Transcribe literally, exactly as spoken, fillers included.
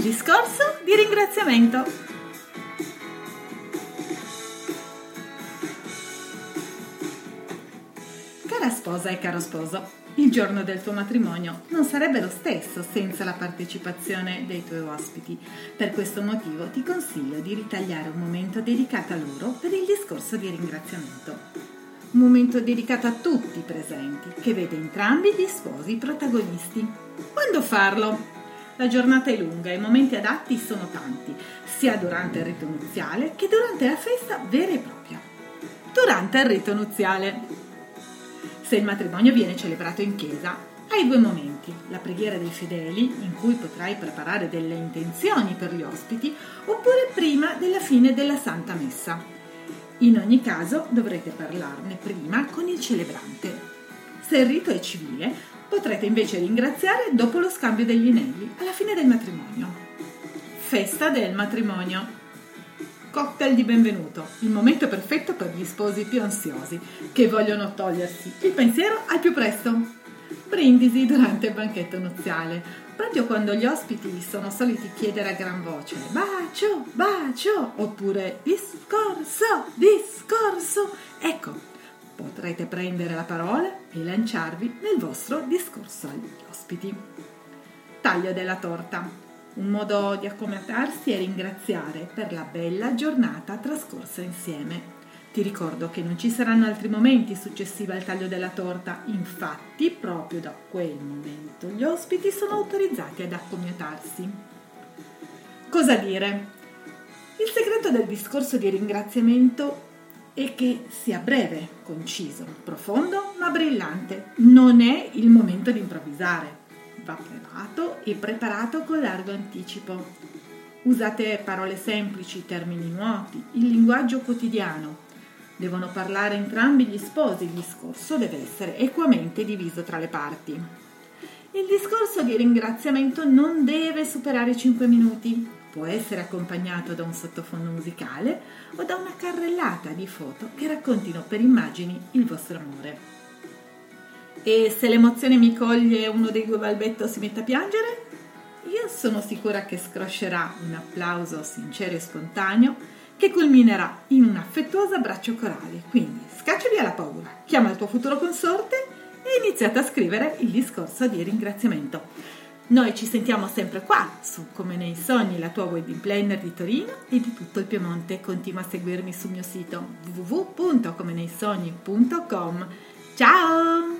discorso di ringraziamento. Cara sposa e caro sposo, il giorno del tuo matrimonio non sarebbe lo stesso senza la partecipazione dei tuoi ospiti. Per questo motivo ti consiglio di ritagliare un momento dedicato a loro per il discorso di ringraziamento. Un momento dedicato a tutti i presenti, che vede entrambi gli sposi protagonisti. Quando farlo? La giornata è lunga e i momenti adatti sono tanti, sia durante il rito nuziale che durante la festa vera e propria. Durante il rito nuziale. Se il matrimonio viene celebrato in chiesa, hai due momenti: la preghiera dei fedeli, in cui potrai preparare delle intenzioni per gli ospiti, oppure prima della fine della Santa Messa. In ogni caso dovrete parlarne prima con il celebrante. Se il rito è civile, potrete invece ringraziare dopo lo scambio degli inelli, alla fine del matrimonio. Festa del matrimonio. Cocktail di benvenuto, il momento perfetto per gli sposi più ansiosi, che vogliono togliersi il pensiero al più presto. Brindisi durante il banchetto nuziale, proprio quando gli ospiti sono soliti chiedere a gran voce bacio, bacio, oppure discorso, discorso. Ecco, potrete prendere la parola e lanciarvi nel vostro discorso agli ospiti. Taglio della torta, un modo di accomodarsi e ringraziare per la bella giornata trascorsa insieme. Ti ricordo che non ci saranno altri momenti successivi al taglio della torta, infatti proprio da quel momento gli ospiti sono autorizzati ad accomiatarsi. Cosa dire? Il segreto del discorso di ringraziamento è che sia breve, conciso, profondo ma brillante. Non è il momento di improvvisare, va provato e preparato con largo anticipo. Usate parole semplici, termini noti, il linguaggio quotidiano. Devono parlare entrambi gli sposi, il discorso deve essere equamente diviso tra le parti. Il discorso di ringraziamento non deve superare cinque minuti, può essere accompagnato da un sottofondo musicale o da una carrellata di foto che raccontino per immagini il vostro amore. E se l'emozione mi coglie uno dei due balbetto si mette a piangere? Io sono sicura che scroscerà un applauso sincero e spontaneo che culminerà in un affettuoso abbraccio corale. Quindi scaccia via la paura, chiama il tuo futuro consorte e iniziate a scrivere il discorso di ringraziamento. Noi ci sentiamo sempre qua su Come nei sogni, la tua wedding planner di Torino e di tutto il Piemonte. Continua a seguirmi sul mio sito w w w punto come nei sogni punto com. Ciao!